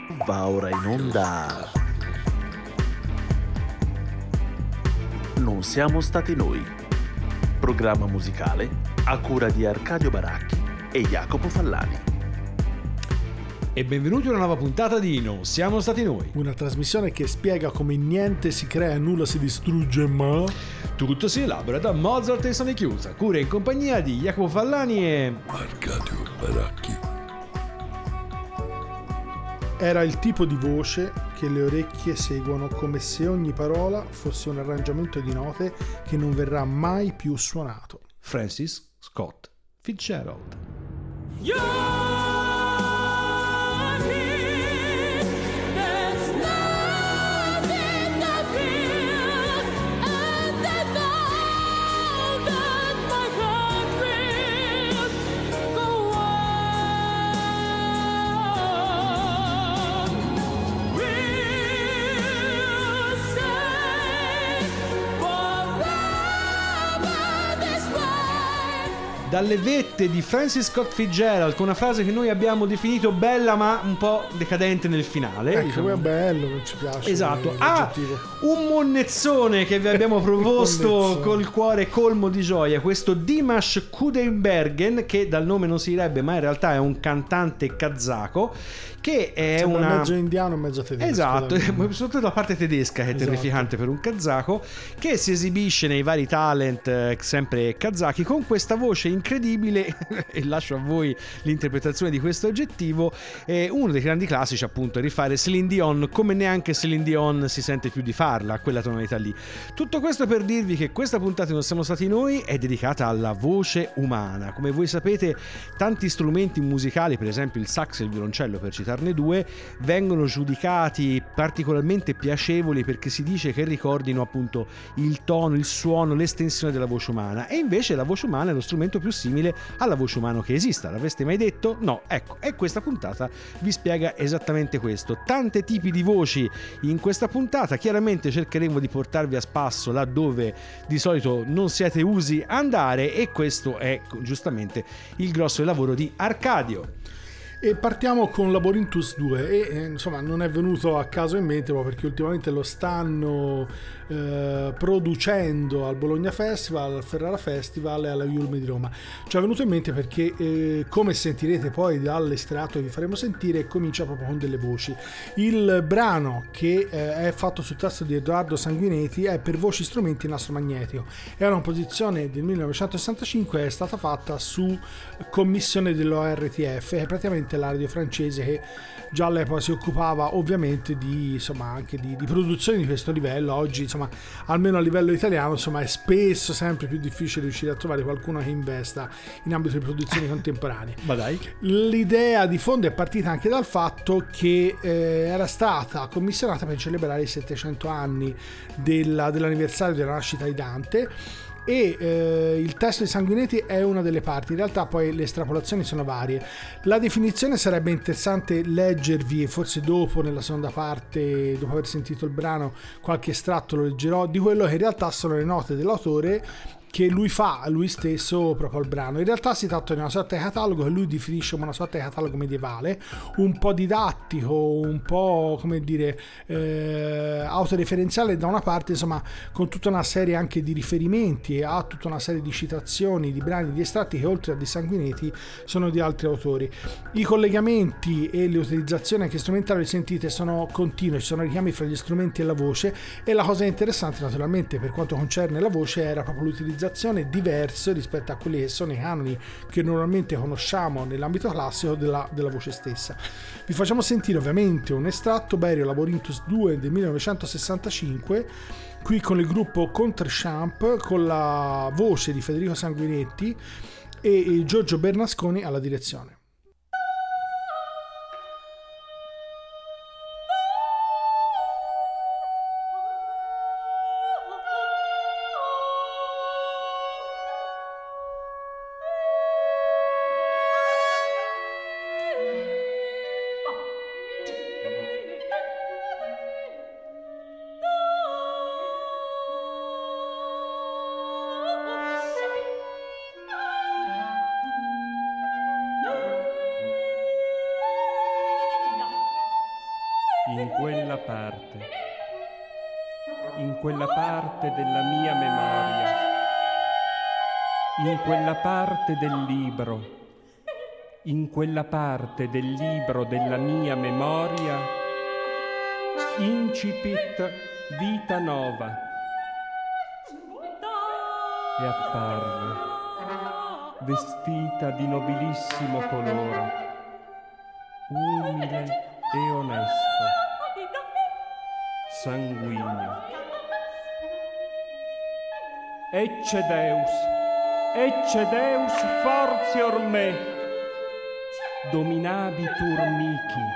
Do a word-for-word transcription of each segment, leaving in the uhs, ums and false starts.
Va ora in onda. Non siamo stati noi. Programma musicale a cura di Arcadio Baracchi e Jacopo Fallani. E benvenuti a una nuova puntata di Non siamo stati noi. Una trasmissione che spiega come niente si crea e nulla si distrugge, ma tutto si elabora da Mozart e Sony Chiusa, cura in compagnia di Jacopo Fallani e Arcadio Baracchi. Era il tipo di voce che le orecchie seguono come se ogni parola fosse un arrangiamento di note che non verrà mai più suonato. Francis Scott Fitzgerald. Yeah! Dalle vette di Francis Scott Fitzgerald, con una frase che noi abbiamo definito bella ma un po' decadente nel finale. Ecco, diciamo. È bello, non ci piace. Esatto. Ah, un monnezzone che vi abbiamo proposto col cuore colmo di gioia, questo Dimash Kudaibergen, che dal nome non si direbbe ma in realtà è un cantante kazako, che è Sembra una... mezzo indiano e mezzo tedesco. Esatto, soprattutto la parte tedesca che è esatto. terrificante per un kazako, che si esibisce nei vari talent eh, sempre kazaki con questa voce incredibile e lascio a voi l'interpretazione di questo aggettivo. È uno dei grandi classici, appunto, è rifare Céline Dion come neanche Céline Dion si sente più di farla, a quella tonalità lì. Tutto questo per dirvi che questa puntata Non siamo stati noi è dedicata alla voce umana. Come voi sapete, tanti strumenti musicali, per esempio il sax e il violoncello, per citarne due, vengono giudicati particolarmente piacevoli perché si dice che ricordino appunto il tono, il suono, l'estensione della voce umana, e invece la voce umana è lo strumento più simile alla voce umana che esista. L'avreste mai detto? No, ecco, e questa puntata vi spiega esattamente questo. Tante tipi di voci in questa puntata, chiaramente cercheremo di portarvi a spasso laddove di solito non siete usi andare, e questo è giustamente il grosso del lavoro di Arcadio. E partiamo con Labyrinthus due e eh, insomma non è venuto a caso in mente, ma perché ultimamente lo stanno eh, producendo al Bologna Festival, al Ferrara Festival e alla Yulm di Roma. Ci è venuto in mente perché eh, come sentirete poi dall'estratto che vi faremo sentire, comincia proprio con delle voci. Il brano che eh, è fatto sul testo di Edoardo Sanguinetti è per voci, strumenti e nastro magnetico. È una composizione del millenovecentosessantacinque, è stata fatta su commissione dell'O R T F, che è praticamente la radio francese che già all'epoca si occupava ovviamente di, insomma, anche di, di produzioni di questo livello. Oggi, insomma, almeno a livello italiano, insomma, è spesso sempre più difficile riuscire a trovare qualcuno che investa in ambito di produzioni contemporanee. Ma dai. L'idea di fondo è partita anche dal fatto che eh, era stata commissionata per celebrare i settecento anni della, dell'anniversario della nascita di Dante, e eh, il testo di Sanguinetti è una delle parti. In realtà poi le estrapolazioni sono varie. La definizione sarebbe interessante leggervi, e forse dopo, nella seconda parte, dopo aver sentito il brano, qualche estratto lo leggerò, di quello che in realtà sono le note dell'autore che lui fa lui stesso proprio al brano. In realtà si tratta di una sorta di catalogo che lui definisce come una sorta di catalogo medievale, un po' didattico, un po', come dire, eh, autoreferenziale da una parte, insomma, con tutta una serie anche di riferimenti e ha tutta una serie di citazioni, di brani, di estratti che oltre a di Sanguinetti sono di altri autori. I collegamenti e le utilizzazioni anche strumentali sentite sono continue, ci sono richiami fra gli strumenti e la voce, e la cosa interessante naturalmente per quanto concerne la voce era proprio l'utilizzazione diverse rispetto a quelli che sono i canoni che normalmente conosciamo nell'ambito classico della, della voce stessa. Vi facciamo sentire ovviamente un estratto, Berio Labyrinthus due del millenovecentosessantacinque, qui con il gruppo Contrechamp, con la voce di Federico Sanguinetti e Giorgio Bernasconi alla direzione. No! parte, in quella parte della mia memoria, in quella parte del libro, in quella parte del libro della mia memoria, incipit vita nova, e apparve, vestita di nobilissimo colore, umile e onesto, sanguigno. Ecce Deus, ecce Deus fortior me, dominabitur mihi.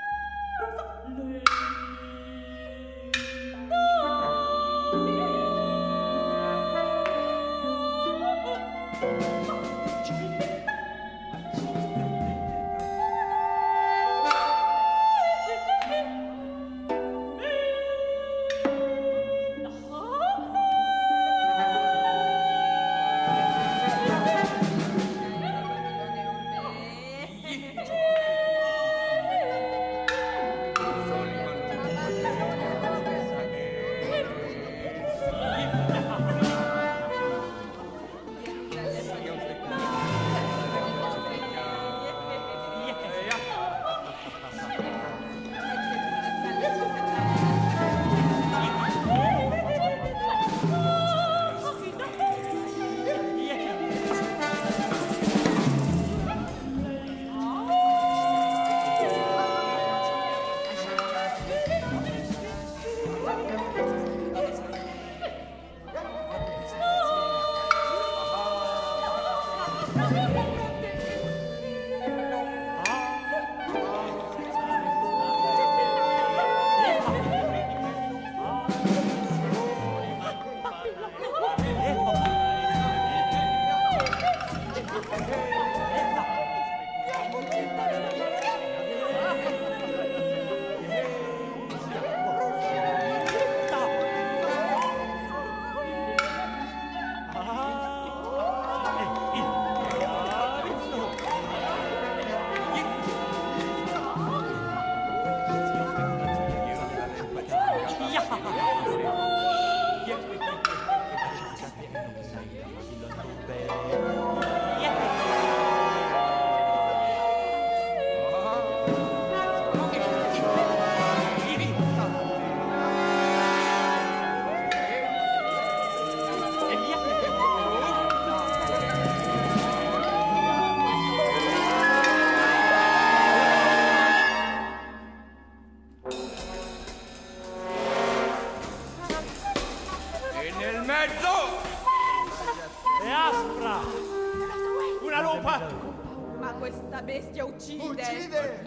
Ma questa bestia uccide! Uccide!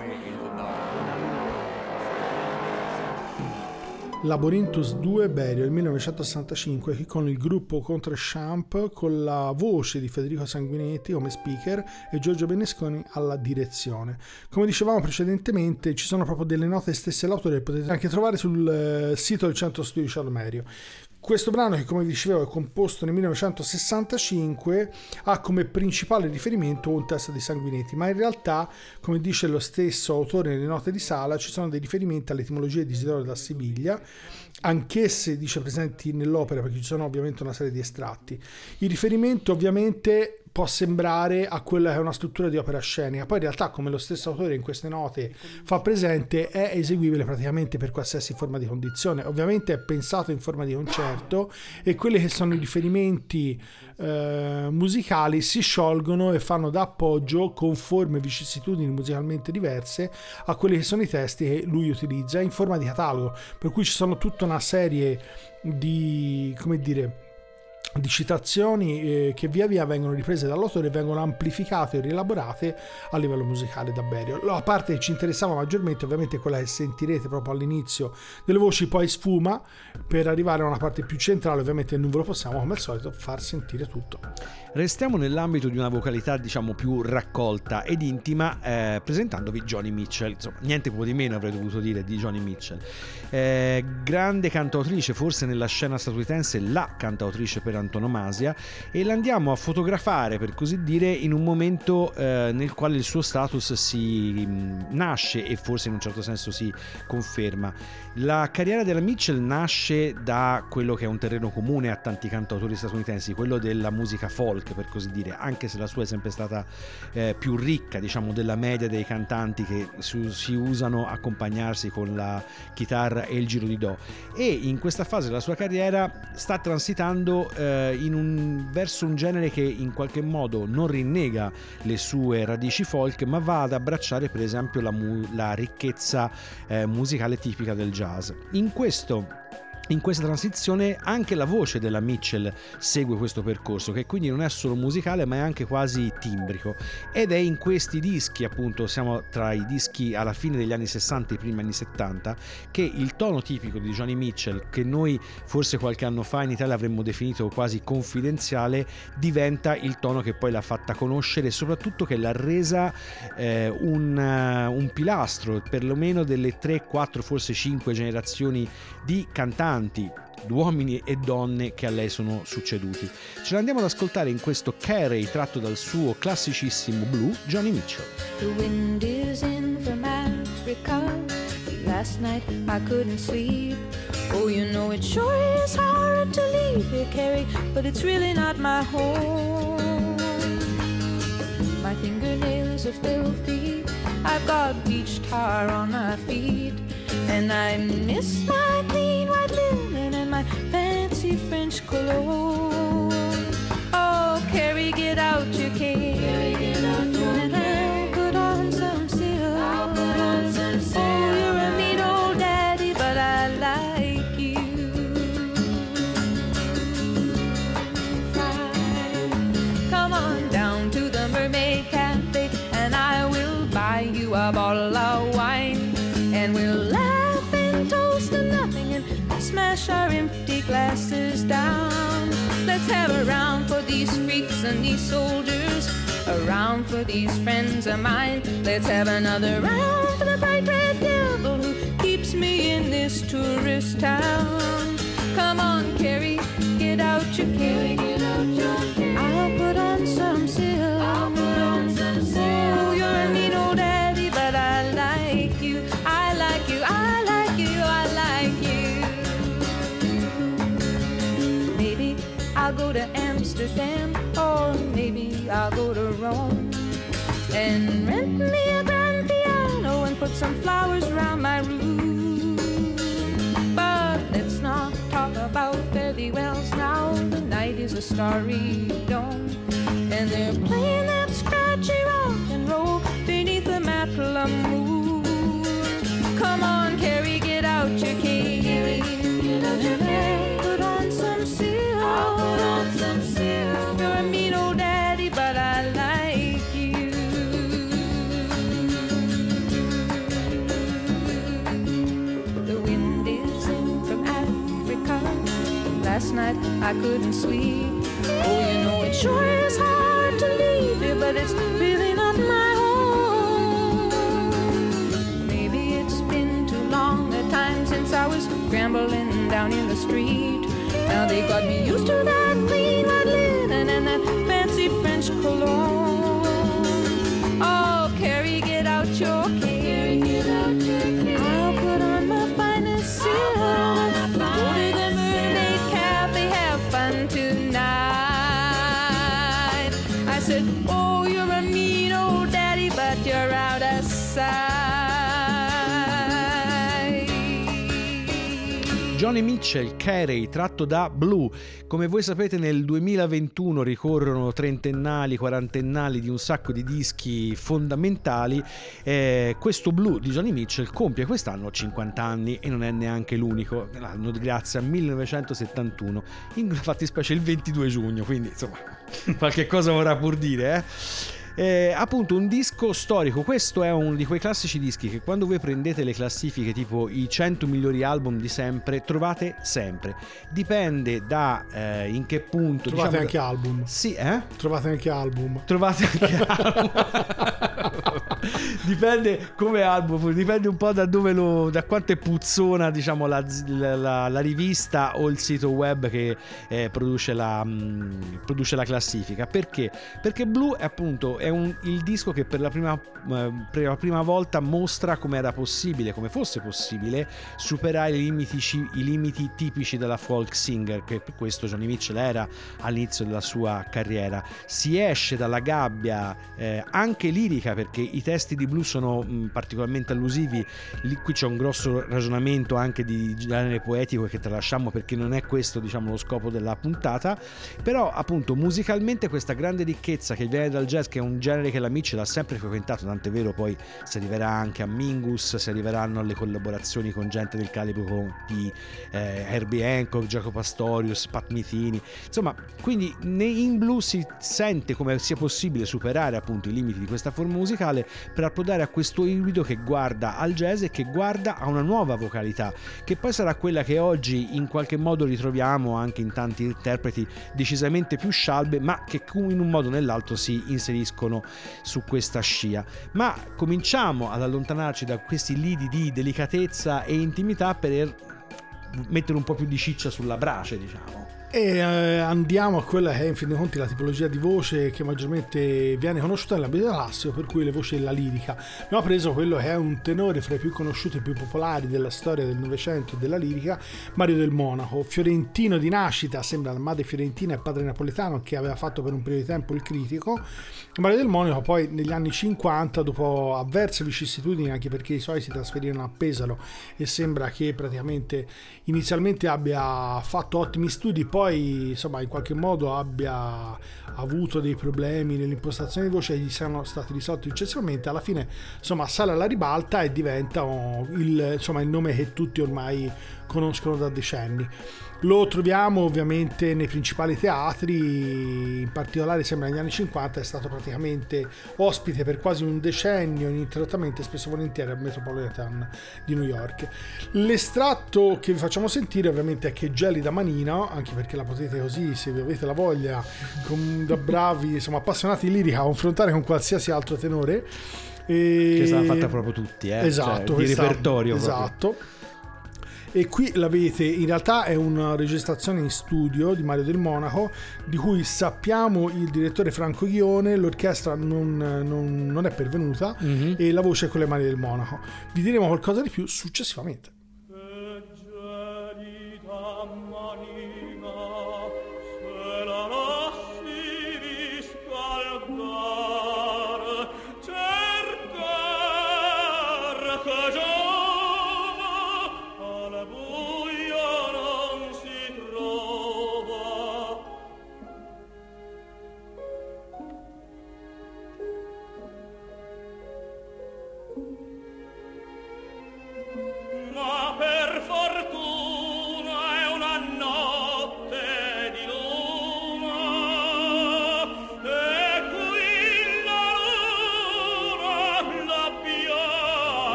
Labyrinthus due Berio del millenovecentosessantacinque, che con il gruppo Contrescamp, con la voce di Federico Sanguinetti come speaker e Giorgio Benesconi alla direzione. Come dicevamo precedentemente, ci sono proprio delle note stesse dell'autore che potete anche trovare sul sito del Centro Studi Ciarmerio. Questo brano, che come dicevo è composto nel millenovecentosessantacinque, ha come principale riferimento un testo di Sanguinetti, ma in realtà, come dice lo stesso autore nelle note di Sala, ci sono dei riferimenti all'etimologia di Isidoro da Siviglia, anch'esse dice presenti nell'opera, perché ci sono ovviamente una serie di estratti. Il riferimento ovviamente può sembrare a quella che è una struttura di opera scenica, poi in realtà, come lo stesso autore in queste note fa presente, è eseguibile praticamente per qualsiasi forma di condizione. Ovviamente è pensato in forma di concerto e quelli che sono i riferimenti eh, musicali si sciolgono e fanno da appoggio con forme e vicissitudini musicalmente diverse a quelli che sono i testi che lui utilizza in forma di catalogo, per cui ci sono tutta una serie di, come dire, di citazioni eh, che via via vengono riprese dall'autore e vengono amplificate e rielaborate a livello musicale da Berio. La parte che ci interessava maggiormente ovviamente è quella che sentirete proprio all'inizio delle voci, poi sfuma per arrivare a una parte più centrale. Ovviamente non ve lo possiamo, come al solito, far sentire tutto. Restiamo nell'ambito di una vocalità diciamo più raccolta ed intima, eh, presentandovi Joni Mitchell. Insomma, niente po' di meno avrei dovuto dire di Joni Mitchell, eh, grande cantautrice, forse nella scena statunitense la cantautrice per antonomasia, e l'andiamo a fotografare, per così dire, in un momento eh, nel quale il suo status si mh, nasce e forse in un certo senso si conferma. La carriera della Mitchell nasce da quello che è un terreno comune a tanti cantautori statunitensi, quello della musica folk, per così dire, anche se la sua è sempre stata eh, più ricca, diciamo, della media dei cantanti che su, si usano a accompagnarsi con la chitarra e il giro di do. E in questa fase della sua carriera sta transitando eh, in un, verso un genere che in qualche modo non rinnega le sue radici folk, ma va ad abbracciare per esempio la, mu- la ricchezza eh, musicale tipica del jazz. In questo In questa transizione anche la voce della Mitchell segue questo percorso, che quindi non è solo musicale ma è anche quasi timbrico, ed è in questi dischi, appunto siamo tra i dischi alla fine degli anni sessanta e i primi anni settanta, che il tono tipico di Joni Mitchell, che noi forse qualche anno fa in Italia avremmo definito quasi confidenziale, diventa il tono che poi l'ha fatta conoscere e soprattutto che l'ha resa eh, un, uh, un pilastro perlomeno delle tre, quattro, forse cinque generazioni di cantanti, uomini e donne, che a lei sono succeduti. Ce l'andiamo ad ascoltare in questo Carey, tratto dal suo classicissimo Blue, Joni Mitchell. The wind is in from Africa. Last night I couldn't sleep. Oh, you know it sure is hard to leave here, Carey, but it's really not my home. My fingernails are filthy, I've got beach tar on my feet, and I miss my clean white linen and my fancy French cologne. Oh, Carey, get out your cane, Carey, get out your and I'll put on some silk. I'll put on some silk. Oh, you're a mean old daddy, but I like you. Fine. Come on down to the Mermaid Cafe and I will buy you a bottle of wine, and we'll laugh and toast to nothing and smash our empty glasses down. Let's have a round for these freaks and these soldiers, a round for these friends of mine. Let's have another round for the bright red devil who keeps me in this tourist town. Come on, Carey, get out your cane. I'll put on some silk. I'll put on some silk. Oh, you're a mean old daddy, but I like you. I like you. I like you. I like you. Maybe I'll go to Amsterdam, or maybe I'll go to Rome and rent me a grand piano and put some flowers around my room. But let's not talk about fare thee wells now. The night is a starry dome, and they're playing that scratchy rock and roll beneath the Matla moon. Come on, Carey, get out your cane. Get out your cane. Put on some silk. I'll put on some silk. You're a mean old daddy, but I like you. The wind is in from Africa. Last night I couldn't sleep. Oh, you know it sure is hard to leave here, but it's really not my home. Maybe it's been too long a time since I was scrambling down in the street. Now they got me used to that clean white linen and that fancy French cologne. Oh, Carey, get out your cane. I'll put on my finest silk. Go to the Mermaid Cafe, have fun tonight. I said, oh, you're a mean old daddy, but you're out of sight. Joni Mitchell, Carey, tratto da Blue. Come voi sapete, nel duemilaventuno ricorrono trentennali, quarantennali di un sacco di dischi fondamentali. Eh, questo Blue di Joni Mitchell compie quest'anno cinquanta anni e non è neanche l'unico. L'anno di grazia millenovecentosettantuno, in fattispecie il ventidue giugno, quindi insomma qualche cosa vorrà pur dire, eh? Eh, appunto un disco storico. Questo è uno di quei classici dischi che quando voi prendete le classifiche tipo i cento migliori album di sempre trovate sempre, dipende da eh, in che punto trovate diciamo, anche album sì, eh? trovate anche album trovate anche album Dipende come album, dipende un po' da dove lo, da quanto è puzzona, diciamo, la, la, la rivista o il sito web che eh, produce, la, mh, produce la classifica. Perché? Perché Blue è appunto è un, il disco che per la prima, eh, per la prima volta mostra come era possibile, come fosse possibile superare i limiti, i limiti tipici della folk singer, che per questo Joni Mitchell era all'inizio della sua carriera. Si esce dalla gabbia eh, anche lirica, perché i testi di Blue sono mh, particolarmente allusivi. Lì, qui c'è un grosso ragionamento anche di genere poetico che tralasciamo perché non è questo, diciamo, lo scopo della puntata. Però appunto musicalmente questa grande ricchezza che viene dal jazz, che è un genere che la Mitchell ha sempre frequentato, tant'è vero poi si arriverà anche a Mingus, si arriveranno alle collaborazioni con gente del calibro di eh, Herbie Hancock, Jaco Pastorius, Pat Metheny, insomma. Quindi in Blue si sente come sia possibile superare appunto i limiti di questa forma musicale per approdare a questo ibrido che guarda al jazz e che guarda a una nuova vocalità, che poi sarà quella che oggi in qualche modo ritroviamo anche in tanti interpreti decisamente più scialbe, ma che in un modo o nell'altro si inseriscono su questa scia. Ma cominciamo ad allontanarci da questi lidi di delicatezza e intimità per mettere un po' più di ciccia sulla brace, diciamo. E eh, andiamo a quella che è in fin dei conti la tipologia di voce che maggiormente viene conosciuta nell'ambito classico, per cui le voci della lirica. Abbiamo preso quello che è un tenore fra i più conosciuti e più popolari della storia del Novecento e della lirica, Mario del Monaco, fiorentino di nascita, sembra la madre fiorentina e padre napoletano, che aveva fatto per un periodo di tempo il critico. Mario del Monaco poi negli anni cinquanta, dopo avverse vicissitudini, anche perché i suoi si trasferirono a Pesaro e sembra che praticamente inizialmente abbia fatto ottimi studi, poi insomma in qualche modo abbia avuto dei problemi nell'impostazione di voce e gli siano stati risolti successivamente, alla fine insomma sale alla ribalta e diventa il, insomma, il nome che tutti ormai conoscono da decenni. Lo troviamo ovviamente nei principali teatri, in particolare sembra negli anni cinquanta è stato praticamente ospite per quasi un decennio ininterrottamente, spesso volentieri al Metropolitan di New York. L'estratto che vi facciamo sentire ovviamente è Che gelida manina, anche perché la potete così, se vi avete la voglia, con, da bravi insomma appassionati di lirica, confrontare con qualsiasi altro tenore. E... che sarà fatta proprio tutti, eh? Esatto, cioè, di repertorio esatto. Proprio. E qui l'avete, in realtà è una registrazione in studio di Mario del Monaco, di cui sappiamo il direttore Franco Ghione, l'orchestra non, non, non è pervenuta, mm-hmm. e la voce è quella di Mario del Monaco. Vi diremo qualcosa di più successivamente.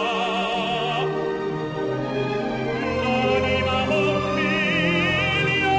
L'anima morbiglia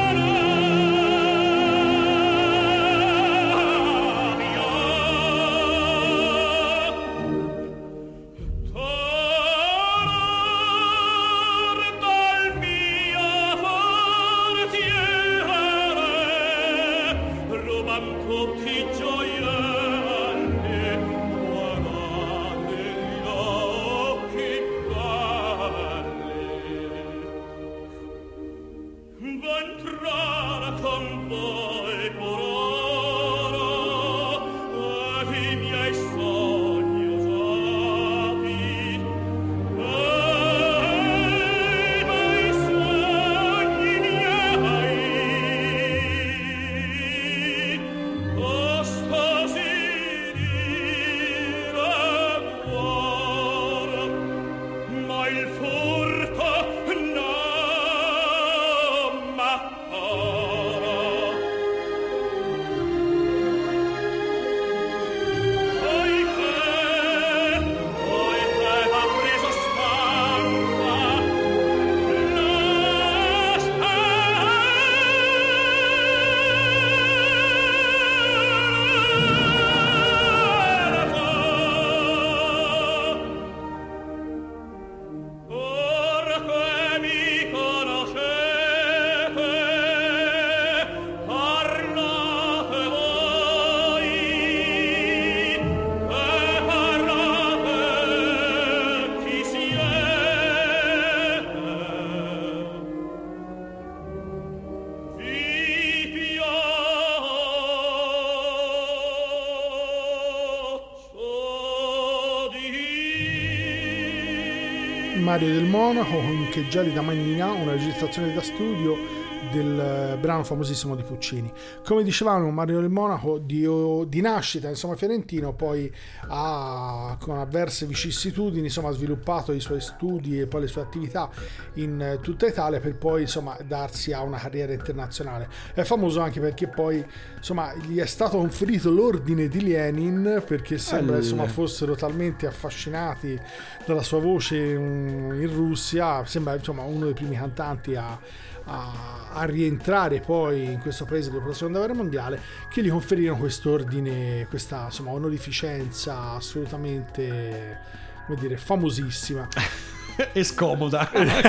Mario del Monaco con Che gelida manina, una registrazione da studio del brano famosissimo di Puccini. Come dicevamo, Mario del Monaco di, di nascita insomma fiorentino, poi ha con avverse vicissitudini insomma sviluppato i suoi studi e poi le sue attività in tutta Italia per poi insomma darsi a una carriera internazionale. È famoso anche perché poi insomma gli è stato conferito l'ordine di Lenin, perché sembra insomma fossero talmente affascinati dalla sua voce in Russia. Sembra insomma uno dei primi cantanti a A, a rientrare poi in questo paese dopo la seconda guerra mondiale, che gli conferirono quest'ordine, questa insomma onorificenza assolutamente, come dire, famosissima e scomoda.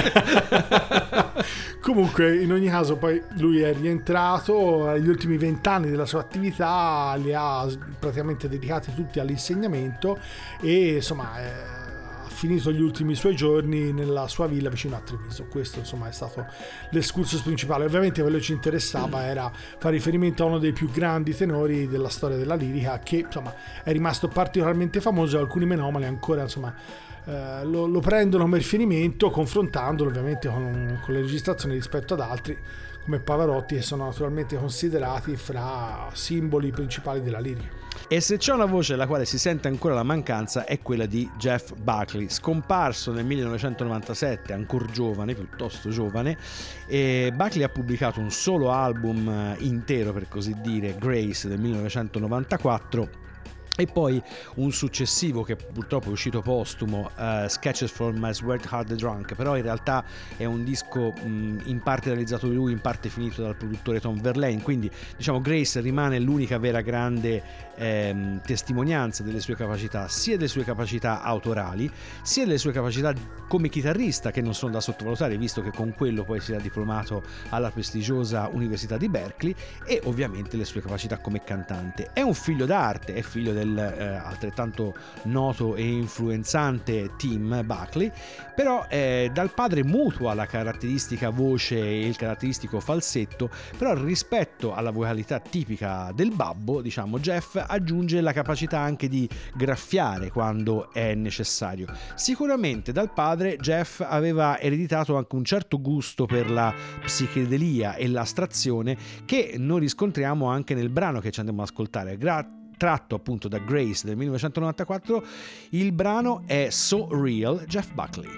Comunque in ogni caso poi lui è rientrato, gli ultimi vent'anni della sua attività li ha praticamente dedicati tutti all'insegnamento e insomma è finito gli ultimi suoi giorni nella sua villa vicino a Treviso. Questo insomma è stato l'escursus principale. Ovviamente quello che ci interessava era fare riferimento a uno dei più grandi tenori della storia della lirica, che insomma è rimasto particolarmente famoso e alcuni menomani ancora insomma eh, lo, lo prendono come riferimento, confrontandolo ovviamente con, con le registrazioni rispetto ad altri come Pavarotti, che sono naturalmente considerati fra simboli principali della lirica. E se c'è una voce della quale si sente ancora la mancanza è quella di Jeff Buckley, scomparso nel millenovecentonovantasette, ancora giovane, piuttosto giovane. E Buckley ha pubblicato un solo album intero, per così dire, Grace, del millenovecentonovantaquattro, e poi un successivo che purtroppo è uscito postumo, uh, Sketches from My Sweetheart the Drunk, però in realtà è un disco mh, in parte realizzato da lui, in parte finito dal produttore Tom Verlaine, quindi diciamo Grace rimane l'unica vera grande ehm, testimonianza delle sue capacità, sia delle sue capacità autorali sia delle sue capacità come chitarrista, che non sono da sottovalutare visto che con quello poi si era diplomato alla prestigiosa Università di Berkeley, e ovviamente le sue capacità come cantante. È un figlio d'arte, è figlio del Eh, altrettanto noto e influenzante Tim Buckley, però eh, dal padre mutua la caratteristica voce e il caratteristico falsetto, però rispetto alla vocalità tipica del babbo, diciamo, Jeff aggiunge la capacità anche di graffiare quando è necessario. Sicuramente dal padre Jeff aveva ereditato anche un certo gusto per la psichedelia e l'astrazione, che noi riscontriamo anche nel brano che ci andiamo ad ascoltare. Gra- tratto appunto da Grace del millenovecentonovantaquattro, il brano è So Real, Jeff Buckley.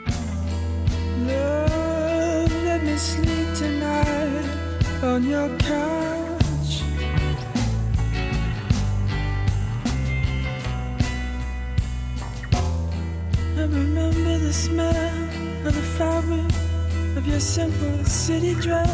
Love, let me sleep tonight on your couch. I remember the smell of the fabric of your simple city dress.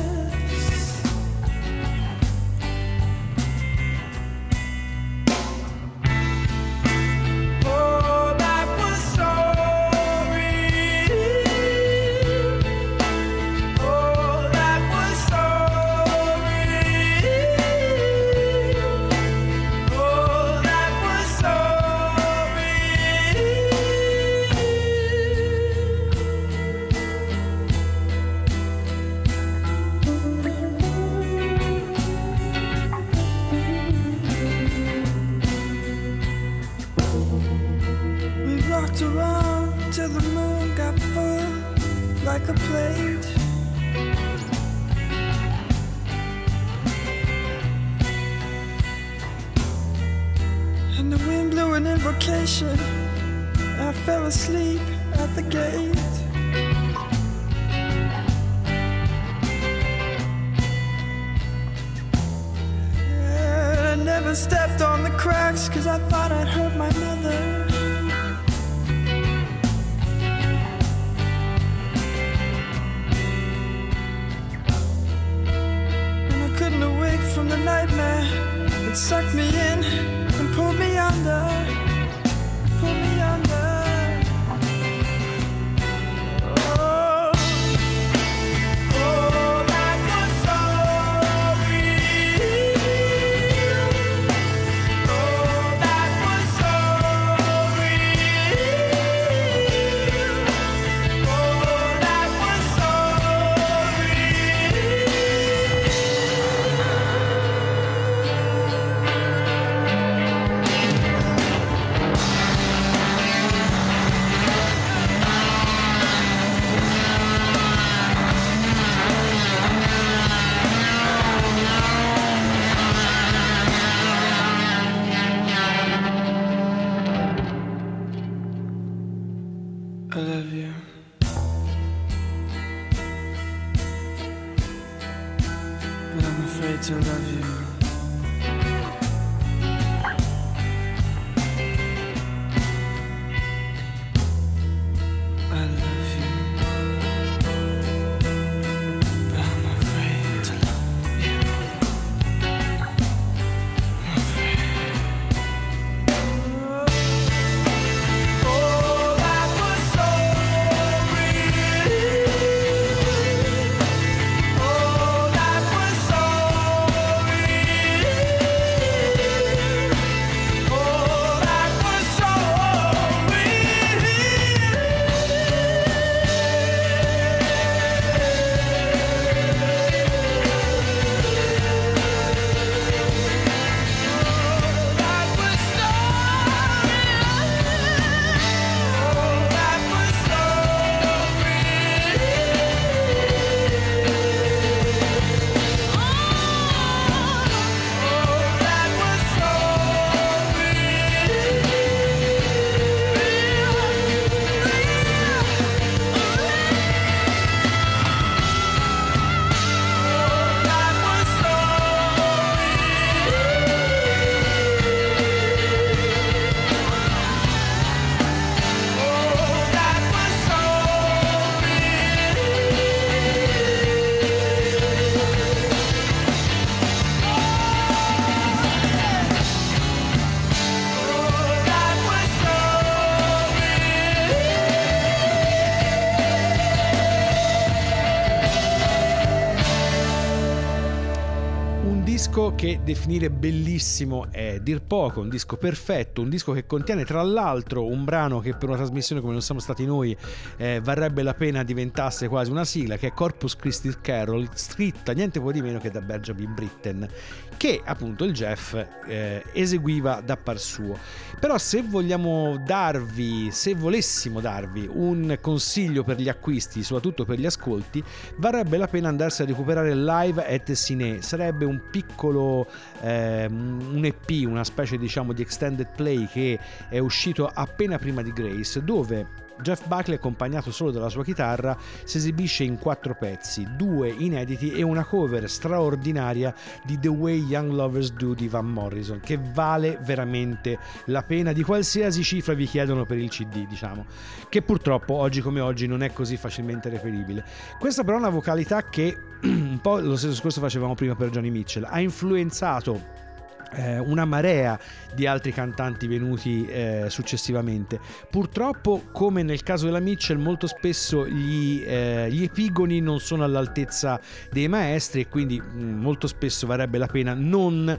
Like a plate, and the wind blew an invocation. I fell asleep at the gate. And I never stepped on the cracks, 'cause I thought I'd hurt my mother. From the nightmare, it sucked me in and pulled me under, pulled me under. Oh, oh, that was so real. Oh, that I love you. But I'm afraid to love you. I love you. But I'm afraid to love you. I'm afraid. Oh, that was so real. Oh, that was so real. Oh, that was so disco che definire bellissimo è dir poco, un disco perfetto, un disco che contiene tra l'altro un brano che per una trasmissione come non siamo stati noi eh, varrebbe la pena diventasse quasi una sigla, che è Corpus Christi Carol, scritta niente po' di meno che da Benjamin Britten, che appunto il Jeff eh, eseguiva da par suo. Però se vogliamo darvi, se volessimo darvi un consiglio per gli acquisti, soprattutto per gli ascolti, varrebbe la pena andarsi a recuperare Live at Cine. Sarebbe un piccolo eh, un E P, una specie diciamo di extended play che è uscito appena prima di Grace, dove Jeff Buckley, accompagnato solo dalla sua chitarra, si esibisce in quattro pezzi, due inediti e una cover straordinaria di The Way Young Lovers Do di Van Morrison, che vale veramente la pena di qualsiasi cifra vi chiedono per il C D, diciamo, che purtroppo oggi come oggi non è così facilmente reperibile. Questa però è una vocalità che un po' lo stesso discorso facevamo prima per Johnny Mitchell, ha influenzato una marea di altri cantanti venuti eh, successivamente. Purtroppo, come nel caso della Mitchell, molto spesso gli, eh, gli epigoni non sono all'altezza dei maestri e quindi mh, molto spesso varrebbe la pena non,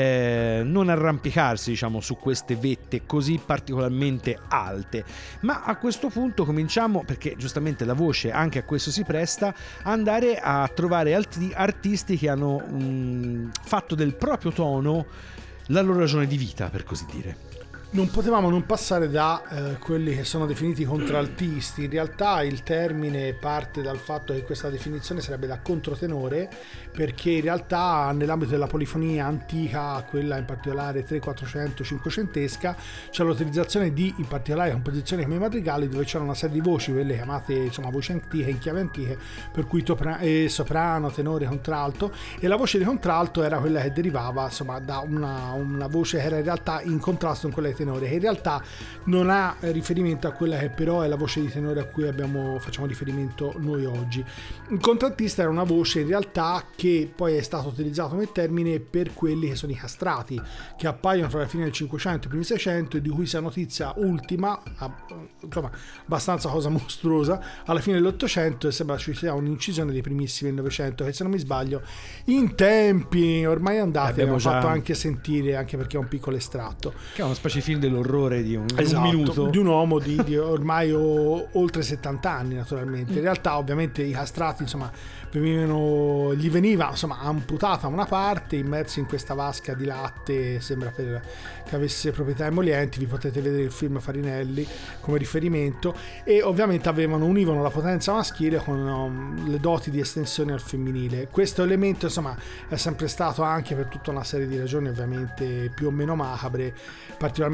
eh, non arrampicarsi, diciamo, su queste vette così particolarmente alte. Ma a questo punto cominciamo, perché giustamente la voce anche a questo si presta, a andare a trovare altri artisti che hanno mh, fatto del proprio tono la loro ragione di vita, per così dire. Non potevamo non passare da eh, quelli che sono definiti contraltisti. In realtà il termine parte dal fatto che questa definizione sarebbe da controtenore, perché in realtà nell'ambito della polifonia antica, quella in particolare tre quattrocento cinquecentesca, c'è l'utilizzazione di in particolare composizioni come i madrigali, dove c'era una serie di voci, quelle chiamate insomma voci antiche, in chiave antiche, per cui topra- eh, soprano, tenore, contralto, e la voce di contralto era quella che derivava insomma da una, una voce che era in realtà in contrasto con quella di tenore, che in realtà non ha riferimento a quella che però è la voce di tenore a cui abbiamo, facciamo riferimento noi oggi. Il contraltista era una voce in realtà che poi è stato utilizzato come termine per quelli che sono i castrati, che appaiono fra la fine del cinquecento e i primi seicento, e di cui si ha notizia ultima, insomma abbastanza cosa mostruosa, alla fine dell'ottocento, e sembra ci sia un'incisione dei primissimi del novecento, che se non mi sbaglio in tempi ormai andati abbiamo già fatto anche sentire, anche perché è un piccolo estratto, che è una specie di film dell'orrore di un, esatto, un minuto di un uomo di, di ormai o, oltre settanta anni naturalmente. In realtà ovviamente i castrati insomma venivano, gli veniva insomma amputata una parte, immersi in questa vasca di latte, sembra per, che avesse proprietà emolienti. Vi potete vedere il film Farinelli come riferimento, e ovviamente avevano, univano la potenza maschile con um, le doti di estensione al femminile. Questo elemento insomma è sempre stato, anche per tutta una serie di ragioni ovviamente più o meno macabre, particolarmente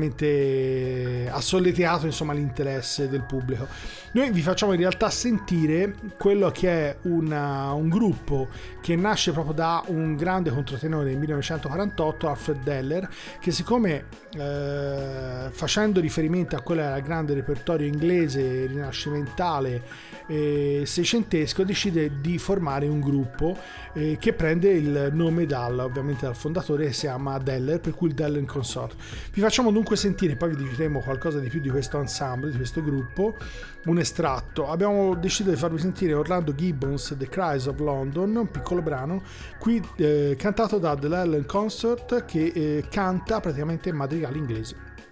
ovviamente ha solleticato insomma l'interesse del pubblico. Noi vi facciamo in realtà sentire quello che è una, un gruppo che nasce proprio da un grande controtenore del millenovecentoquarantotto, Alfred Deller, che siccome eh, facendo riferimento a quello che era il grande repertorio inglese rinascimentale eh, seicentesco, decide di formare un gruppo eh, che prende il nome dal, ovviamente dal fondatore, che si chiama Deller, per cui il Deller Consort. Vi facciamo dunque sentire, poi vi diremo qualcosa di più di questo ensemble, di questo gruppo, un estratto. Abbiamo deciso di farvi sentire Orlando Gibbons, The Cries of London, un piccolo brano qui eh, cantato da The Deller Consort, che eh, canta praticamente madrigali inglesi.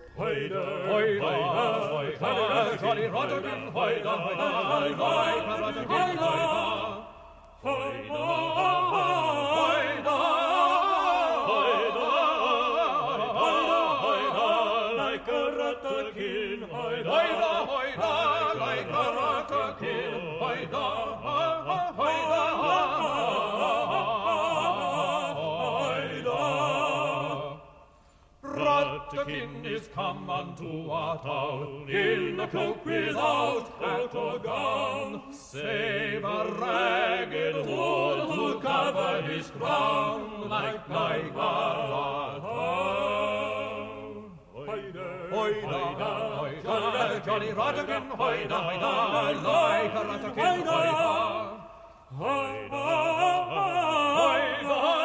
King is come unto our town, in a cloak without hat or gown, save a ragged hood to cover his crown, like like our town. Hoida, hoida, hoida, Johnny Rodigan, hoida, hoida, like a ratakin, hoida, hoida, hoida.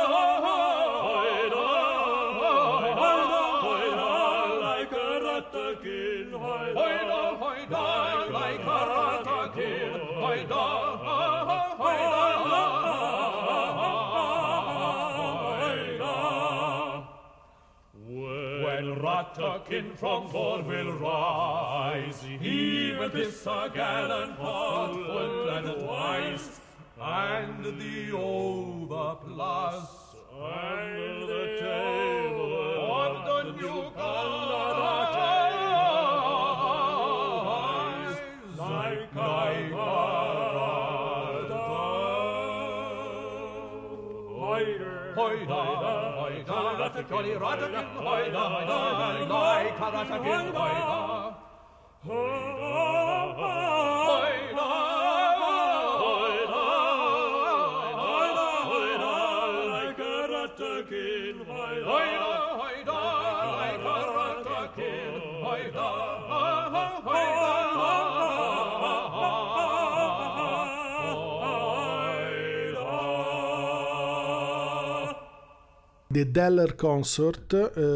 Ratakin from Ford will rise, he will kiss a gallant heartful and wise, and the overplus, and the table of the new color like like Hoida, Hoida, Hoida, Johnny Rodigan, Hoida, Hoida, like Ratakin, Hoida, Hoida, Hoida, Hoida, like Ratakin, Hoida, Hoida, like Ratakin, Hoida, Hoida. The Deller Consort,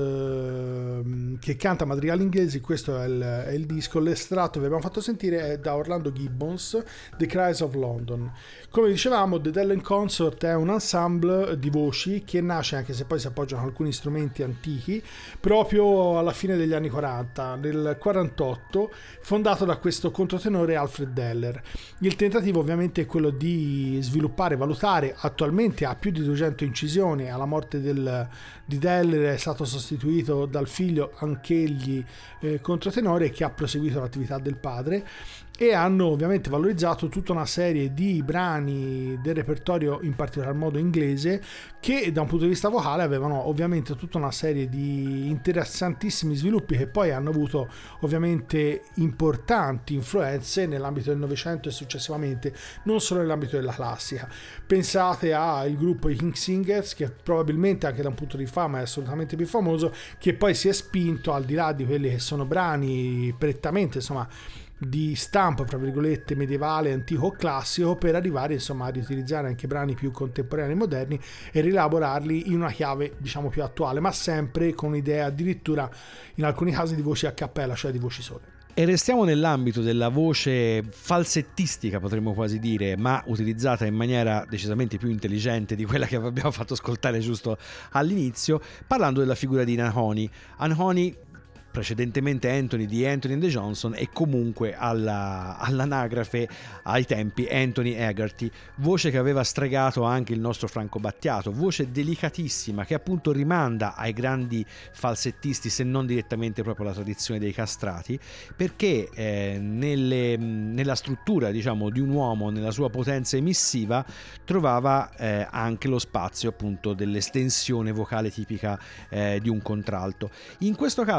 eh, che canta madrigali inglesi. Questo è il, è il disco. L'estratto che vi abbiamo fatto sentire è da Orlando Gibbons, The Cries of London. Come dicevamo, The Deller Consort è un ensemble di voci che nasce, anche se poi si appoggiano a alcuni strumenti antichi, proprio alla fine degli anni quaranta, nel quarantotto, fondato da questo controtenore Alfred Deller. Il tentativo ovviamente è quello di sviluppare, valutare. Attualmente ha più di duecento incisioni. Alla morte del di Deller è stato sostituito dal figlio, anch'egli eh, controtenore, che ha proseguito l'attività del padre, e hanno ovviamente valorizzato tutta una serie di brani del repertorio, in particolar modo inglese, che da un punto di vista vocale avevano ovviamente tutta una serie di interessantissimi sviluppi, che poi hanno avuto ovviamente importanti influenze nell'ambito del Novecento e successivamente, non solo nell'ambito della classica. Pensate al gruppo i King Singers, che probabilmente anche da un punto di fama è assolutamente più famoso, che poi si è spinto al di là di quelli che sono brani prettamente, insomma, di stampo, fra virgolette, medievale, antico o classico, per arrivare insomma a riutilizzare anche brani più contemporanei e moderni e rielaborarli in una chiave diciamo più attuale, ma sempre con un'idea addirittura in alcuni casi di voci a cappella, cioè di voci sole. E restiamo nell'ambito della voce falsettistica, potremmo quasi dire, ma utilizzata in maniera decisamente più intelligente di quella che vi abbiamo fatto ascoltare giusto all'inizio, parlando della figura di Anhoney. Anhoney, precedentemente Anthony di Anthony and the Johnson, e comunque alla, all'anagrafe ai tempi Anthony Haggerty, voce che aveva stregato anche il nostro Franco Battiato, voce delicatissima che appunto rimanda ai grandi falsettisti, se non direttamente proprio alla tradizione dei castrati, perché eh, nelle, nella struttura diciamo di un uomo, nella sua potenza emissiva, trovava eh, anche lo spazio appunto dell'estensione vocale tipica eh, di un contralto. In questo caso quello che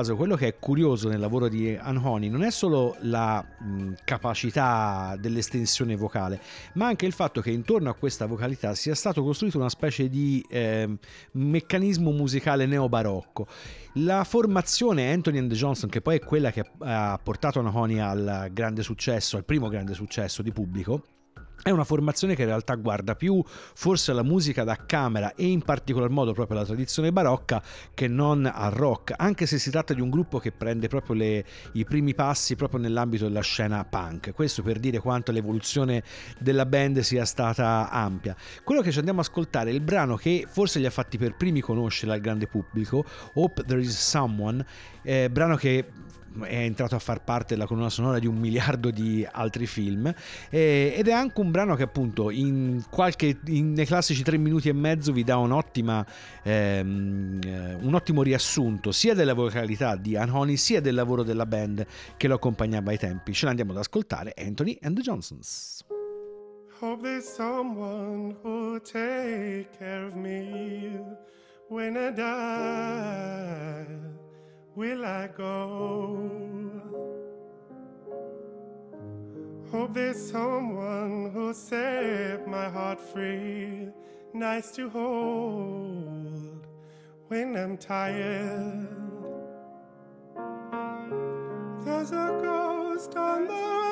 che è curioso nel lavoro di Anhoney non è solo la mh, capacità dell'estensione vocale, ma anche il fatto che intorno a questa vocalità sia stato costruito una specie di eh, meccanismo musicale neobarocco. La formazione Anthony and the Johnson, che poi è quella che ha portato Anhoney al grande successo, al primo grande successo di pubblico, è una formazione che in realtà guarda più forse alla musica da camera e in particolar modo proprio alla tradizione barocca che non al rock, anche se si tratta di un gruppo che prende proprio le, i primi passi proprio nell'ambito della scena punk. Questo per dire quanto l'evoluzione della band sia stata ampia. Quello che ci andiamo ad ascoltare è il brano che forse li ha fatti per primi conoscere al grande pubblico, Hope There Is Someone, eh, brano che è entrato a far parte della colonna sonora di un miliardo di altri film, eh, ed è anche un brano che appunto in qualche in, nei classici tre minuti e mezzo vi dà un'ottima ehm, un ottimo riassunto sia della vocalità di Anhoney sia del lavoro della band che lo accompagnava ai tempi. Ce l'andiamo ad ascoltare, Anthony and the Johnsons. Hope there's someone who'll take care of me when I die. Will I go? Hope there's someone who'll set my heart free, nice to hold when I'm tired. There's a ghost on the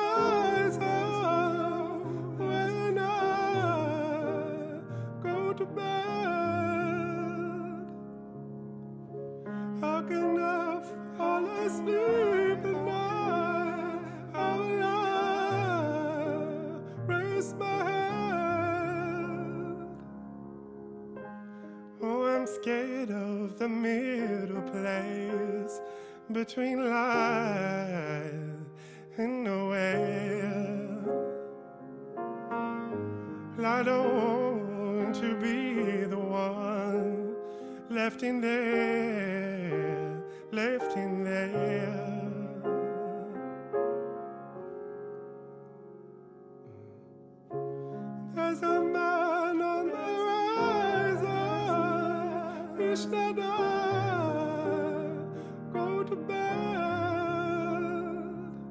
horizon when I go to bed. How can I fall asleep at night? How will I raise my head? Oh, I'm scared of the middle place between life and nowhere. I don't want to be the one left in there, left in there. There's a man on the horizon, he should I go to bed.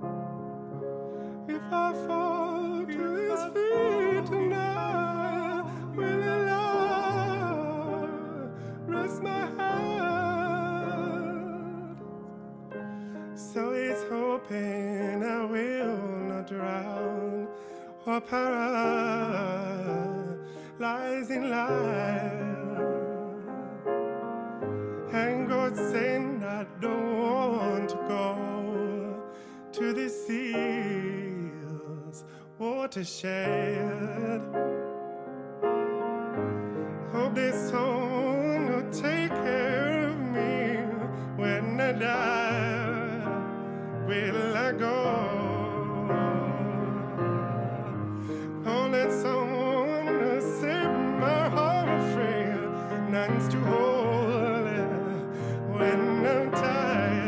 If I fall to his feet tonight, will he rest my head? So he's hoping I will not drown or paralyze in life. And God saying I don't want to go to the seas watershed. Hope there's someone who'll take care of me when I die. Will I go? Oh, let someone who set my heart free, none's to hold when I'm tired.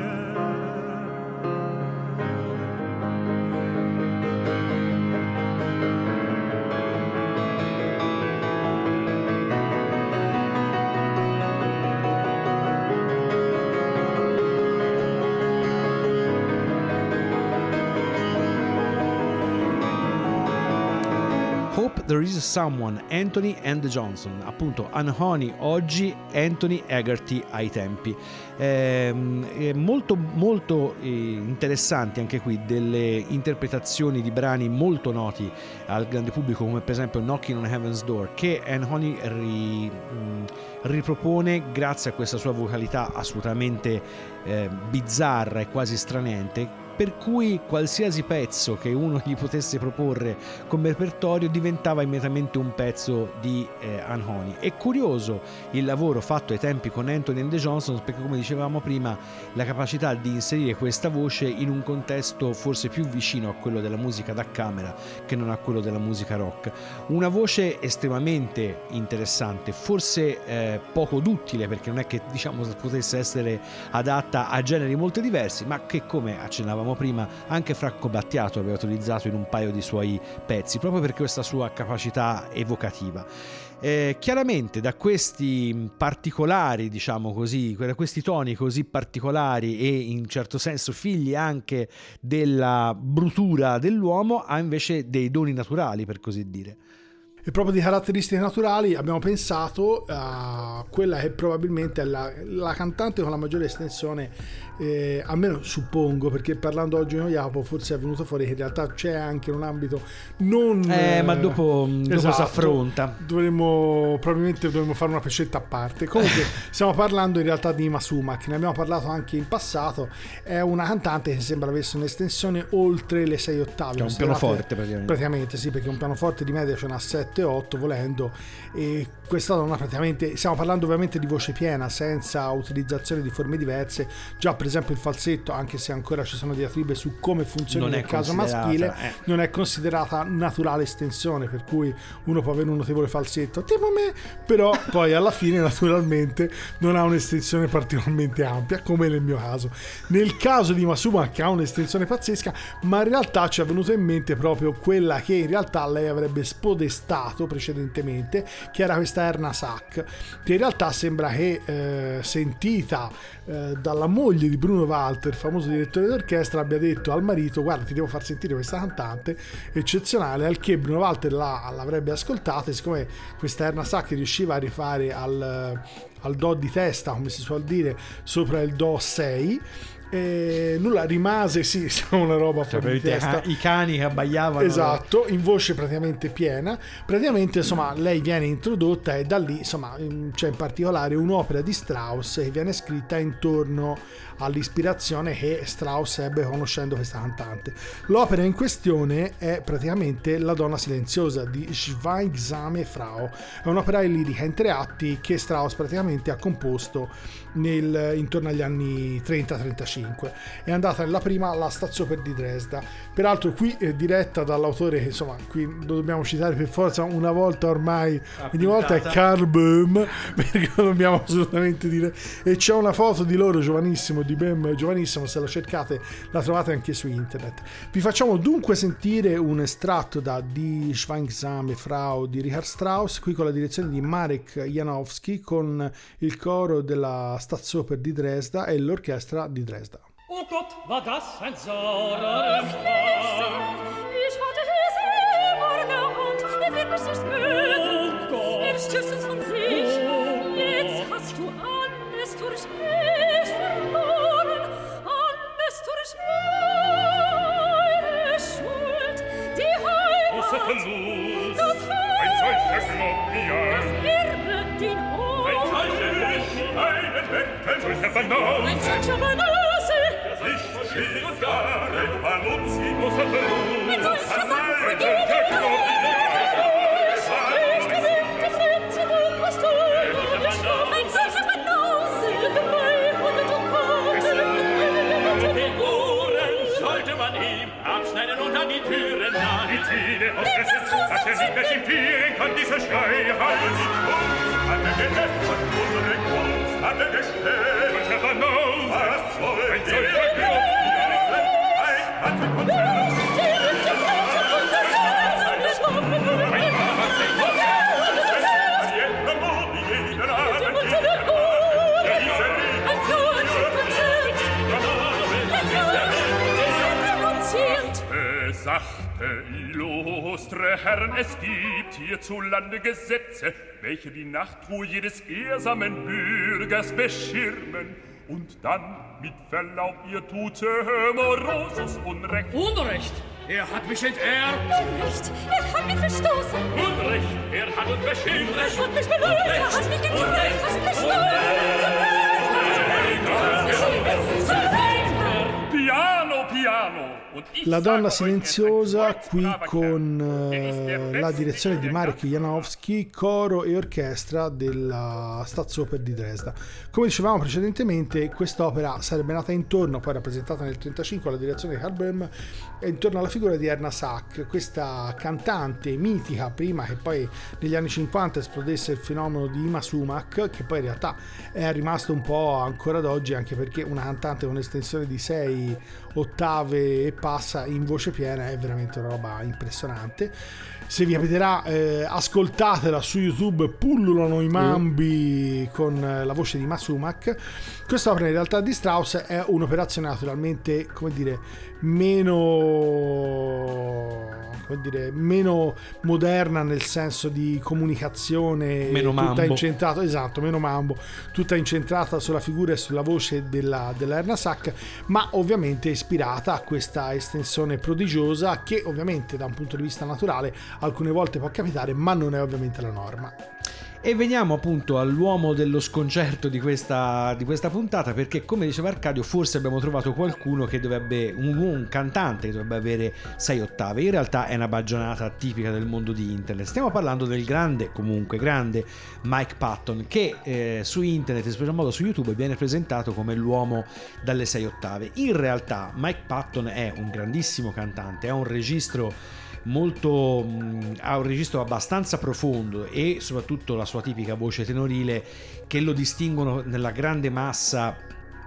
There Is Someone, Anthony and the Johnson, appunto Anhoney oggi, Anthony Haggerty ai tempi. Ehm, è molto molto eh, interessanti anche qui delle interpretazioni di brani molto noti al grande pubblico, come per esempio Knocking on Heaven's Door, che Anhoney ri, mh, ripropone grazie a questa sua vocalità assolutamente eh, bizzarra e quasi stranente, per cui qualsiasi pezzo che uno gli potesse proporre come repertorio diventava immediatamente un pezzo di eh, Anhoney. È curioso il lavoro fatto ai tempi con Anthony and the Johnsons, perché come dicevamo prima la capacità di inserire questa voce in un contesto forse più vicino a quello della musica da camera che non a quello della musica rock. Una voce estremamente interessante, forse eh, poco duttile, perché non è che diciamo potesse essere adatta a generi molto diversi, ma che, come accennavamo dicevamo prima, anche Franco Battiato aveva utilizzato in un paio di suoi pezzi, proprio per questa sua capacità evocativa. Eh, chiaramente da questi particolari, diciamo così, da questi toni così particolari e in certo senso figli anche della brutura dell'uomo, ha invece dei doni naturali, per così dire. E proprio di caratteristiche naturali abbiamo pensato a quella che probabilmente è la, la cantante con la maggiore estensione, eh, almeno suppongo, perché parlando oggi con Jacopo forse è venuto fuori che in realtà c'è anche un ambito non... Eh, ma dopo, dopo esatto, si affronta. Dovremmo, probabilmente dovremmo fare una pecetta a parte. Comunque stiamo parlando in realtà di Yma Sumac, ne abbiamo parlato anche in passato. È una cantante che sembra avesse un'estensione oltre le sei ottavi. Cioè un pianoforte praticamente. Praticamente sì, perché un pianoforte di media ce n'ha sette otto volendo, e questa donna praticamente, stiamo parlando ovviamente di voce piena senza utilizzazione di forme diverse. Già per esempio il falsetto, anche se ancora ci sono diatribe su come funziona nel caso maschile, eh. non è considerata naturale estensione, per cui uno può avere un notevole falsetto tipo me, però poi alla fine naturalmente non ha un'estensione particolarmente ampia, come nel mio caso. Nel caso di Yma Sumac, che ha un'estensione pazzesca, ma in realtà ci è venuto in mente proprio quella che in realtà lei avrebbe spodestato precedentemente, che era questa Erna Sack, che in realtà sembra che eh, sentita eh, dalla moglie di Bruno Walter, famoso direttore d'orchestra, abbia detto al marito: guarda, ti devo far sentire questa cantante eccezionale, al che Bruno Walter la, l'avrebbe ascoltata, e siccome questa Erna Sack riusciva a rifare al, al do di testa, come si suol dire, sopra il do sei, e nulla, rimase sì una roba fuori di testa, i cani che abbaiavano, esatto, in voce praticamente piena. Praticamente insomma lei viene introdotta, e da lì insomma c'è in particolare un'opera di Strauss che viene scritta intorno all'ispirazione che Strauss ebbe conoscendo questa cantante. L'opera in questione è praticamente La donna silenziosa di Schweigsame Frau, è un'opera lirica in tre atti che Strauss praticamente ha composto nel, intorno agli anni trenta trentacinque. È andata nella prima La Staatsoper di Dresda, peraltro qui è diretta dall'autore che insomma qui lo dobbiamo citare per forza una volta ormai, ogni volta è Karl Böhm, perché lo dobbiamo assolutamente dire, e c'è una foto di loro giovanissimo, di Böhm giovanissimo, se la cercate la trovate anche su internet. Vi facciamo dunque sentire un estratto da Die Schweigsame Frau di Richard Strauss, qui con la direzione di Marek Janowski, con il coro della Staatsoper di Dresda e l'orchestra di Dresda. Oh Gott, war das ein Saurer Ich hatte es immer geahnt, er wird mich nicht mögen. Oh Gott. Er stößt uns von sich. Jetzt hast du alles durch mich verloren, alles durch meine Schuld. Die Große Heimat, Verlust, das ein solcher Glockenjahr, das Erbe, den Hof, ein solcher einen Wetten, ein solcher Banause, ein solcher Banause, das Licht schießt gar ein Paluzzi, großer Verlust, ein solcher ein Sack solcher vergeben, Glockenjahr, ich gewinnt die Fremde, du musst du, ein solcher Banause, dreihundert Dukaten. die Ohren sollte man ihm abschneiden und an die Türen nahen. Die Zähne auspressen, dass er nicht mehr schimpfieren kann, dieser Schrei halten sie Kunst, hat er geöffnet, unsere Kunst hat er gestellt. Solcher Banause, was soll ein solcher Glockenjahr, ein Katzenkonzert. Sachte, illustre Herren, es gibt hierzulande Gesetze, welche die Nachtruhe jedes ehrsamen Bürgers beschirmen. Und dann, mit Verlaub, ihr tut Morosus Unrecht. Unrecht? Er hat mich enterbt. Unrecht, er hat mich verstoßen. Unrecht, er hat uns beschimpft. Er hat mich belogen, er hat mich gekränkt, er hat mich verstoßen. Piano, piano. La donna silenziosa, qui con eh, la direzione di Marek Janowski, coro e orchestra della Staatsoper di Dresda. Come dicevamo precedentemente, quest'opera sarebbe nata intorno, poi rappresentata nel trentacinque alla direzione di Karl Böhm, intorno alla figura di Erna Sack, questa cantante mitica, prima che poi negli anni cinquanta esplodesse il fenomeno di Yma Sumac, che poi in realtà è rimasto un po' ancora ad oggi, anche perché una cantante con un'estensione di sei ottave e passa in voce piena, è veramente una roba impressionante. Se vi capiterà, eh, ascoltatela su YouTube, pullulano i mambi con la voce di Matsumak. Quest'opera in realtà di Strauss è un'operazione naturalmente, come dire, meno come dire, meno moderna nel senso di comunicazione, meno tutta mambo. incentrata, esatto, meno mambo, tutta incentrata sulla figura e sulla voce della, della Erna Sack, ma ovviamente ispirata a questa estensione prodigiosa che ovviamente da un punto di vista naturale alcune volte può capitare, ma non è ovviamente la norma. E veniamo appunto all'uomo dello sconcerto di questa, di questa puntata, perché come diceva Arcadio, forse abbiamo trovato qualcuno che dovrebbe, un, un cantante che dovrebbe avere sei ottave. In realtà è una baggianata tipica del mondo di internet. Stiamo parlando del grande, comunque grande Mike Patton, che eh, su internet, in special modo su YouTube, viene presentato come l'uomo dalle sei ottave. In realtà Mike Patton è un grandissimo cantante, ha un registro molto mh, ha un registro abbastanza profondo e soprattutto la sua tipica voce tenorile che lo distinguono nella grande massa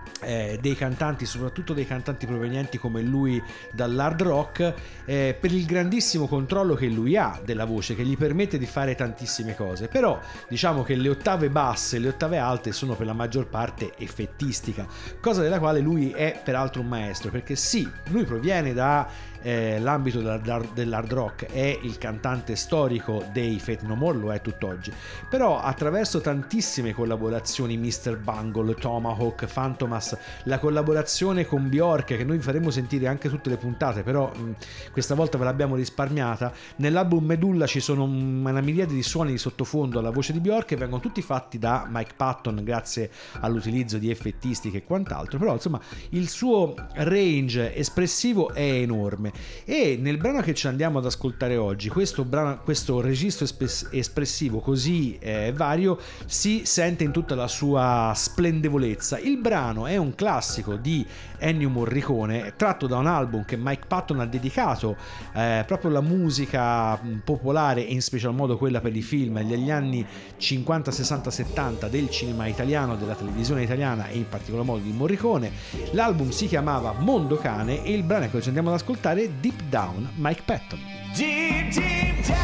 eh, dei cantanti, soprattutto dei cantanti provenienti come lui dall'hard rock, eh, per il grandissimo controllo che lui ha della voce, che gli permette di fare tantissime cose. Però diciamo che le ottave basse e le ottave alte sono per la maggior parte effettistica, cosa della quale lui è peraltro un maestro, perché sì, lui proviene da Eh, l'ambito dell'hard rock, è il cantante storico dei Faith No More, lo è tutt'oggi, però attraverso tantissime collaborazioni, mister Bungle, Tomahawk, Fantomas, la collaborazione con Bjork che noi faremo sentire anche tutte le puntate, però mh, questa volta ve l'abbiamo risparmiata. Nell'album Medulla ci sono una miriade di suoni di sottofondo alla voce di Bjork che vengono tutti fatti da Mike Patton grazie all'utilizzo di effettistiche e quant'altro, però insomma il suo range espressivo è enorme. E nel brano che ci andiamo ad ascoltare oggi, questo, brano, questo registro espres- espressivo così eh, vario si sente in tutta la sua splendevolezza. Il brano è un classico di Ennio Morricone, tratto da un album che Mike Patton ha dedicato eh, proprio alla musica popolare e in special modo quella per i film degli anni cinquanta, sessanta, settanta del cinema italiano, della televisione italiana e in particolar modo di Morricone. L'album si chiamava Mondo Cane e il brano che ci andiamo ad ascoltare Deep Down, Mike Patton. Deep, deep down,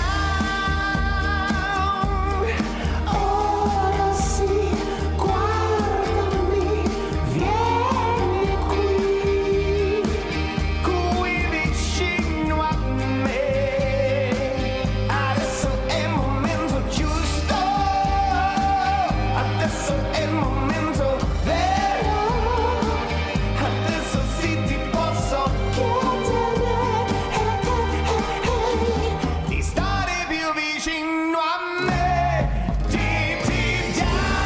ora sì, guardami, vieni qui, qui vicino a me, adesso è il momento giusto, adesso è il momento vero, adesso sì ti posso chiedere di stare più vicino a me, deep deep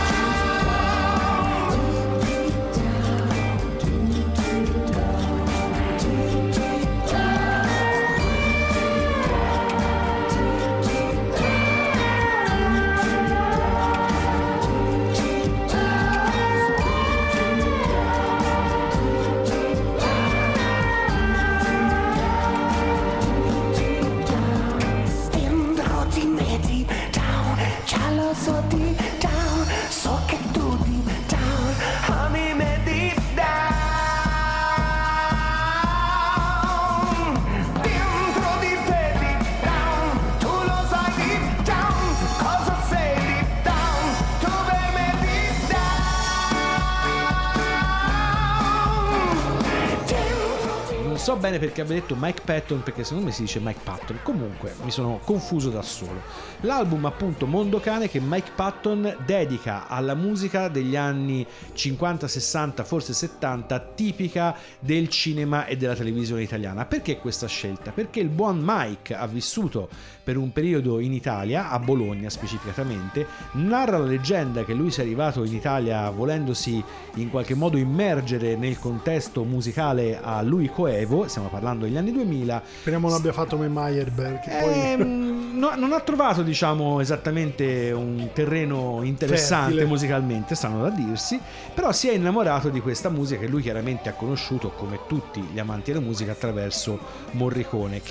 dentro di me deep down, già lo so deep down, so che tu deep down, ami me deep down, dentro di te deep down, tu lo sai deep down, cosa sei deep down, tu per me deep down, Non so bene perché abbia detto Mike Patton, perché secondo me si dice Mike Patton. Comunque mi sono confuso da solo. L'album appunto Mondo Cane che Mike Patton dedica alla musica degli anni cinquanta, sessanta, forse settanta, tipica del cinema e della televisione italiana. Perché questa scelta? Perché il buon Mike ha vissuto per un periodo in Italia, a Bologna specificatamente, narra la leggenda che lui sia arrivato in Italia volendosi in qualche modo immergere nel contesto musicale a lui coevo, stiamo parlando degli anni duemila. Speriamo non abbia fatto me Meyerbeer, che poi... Ehm, no, non ha trovato diciamo esattamente un terreno interessante Fertile. musicalmente, stanno da dirsi, però si è innamorato di questa musica che lui chiaramente ha conosciuto come tutti gli amanti della musica attraverso Morricone, che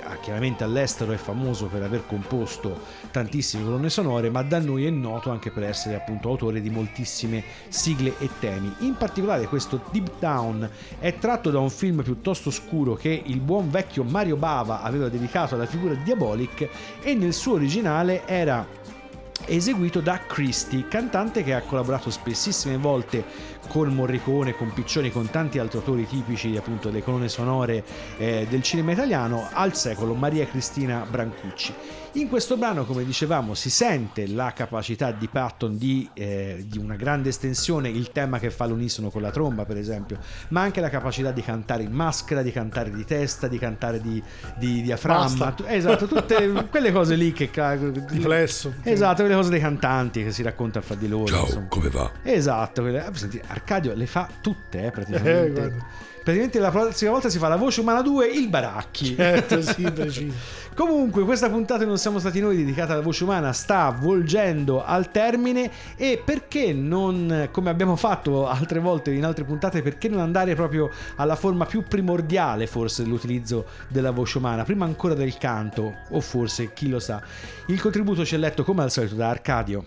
chiaramente all'estero è famoso per aver composto tantissime colonne sonore, ma da noi è noto anche per essere appunto autore di moltissime sigle e temi. In particolare questo Deep Down è tratto da un film piuttosto scuro che il buon vecchio Mario Bava aveva dedicato alla figura di Diabolic, e nel suo originale era eseguito da Christy, cantante che ha collaborato spessissime volte con Morricone, con Piccioni, con tanti altri autori tipici appunto delle colonne sonore eh, del cinema italiano al secolo, Maria Cristina Brancucci. In questo brano, come dicevamo, si sente la capacità di Patton di, eh, di una grande estensione, il tema che fa l'unisono con la tromba per esempio, ma anche la capacità di cantare in maschera, di cantare di testa, di cantare di, di diaframma, tu, esatto, tutte quelle cose lì che di flesso, esatto, quelle cose dei cantanti che si raccontano fra di loro. Ciao, insomma. come va? Esatto, quelle, senti, Arcadio le fa tutte eh, praticamente. Eh, praticamente la prossima volta si fa la voce umana due, il Baracchi. Certo, sì, preciso. Comunque questa puntata Non siamo stati noi dedicata alla voce umana sta volgendo al termine, e perché non, come abbiamo fatto altre volte in altre puntate, perché non andare proprio alla forma più primordiale forse dell'utilizzo della voce umana, prima ancora del canto, o forse chi lo sa. Il contributo ci è letto come al solito da Arcadio.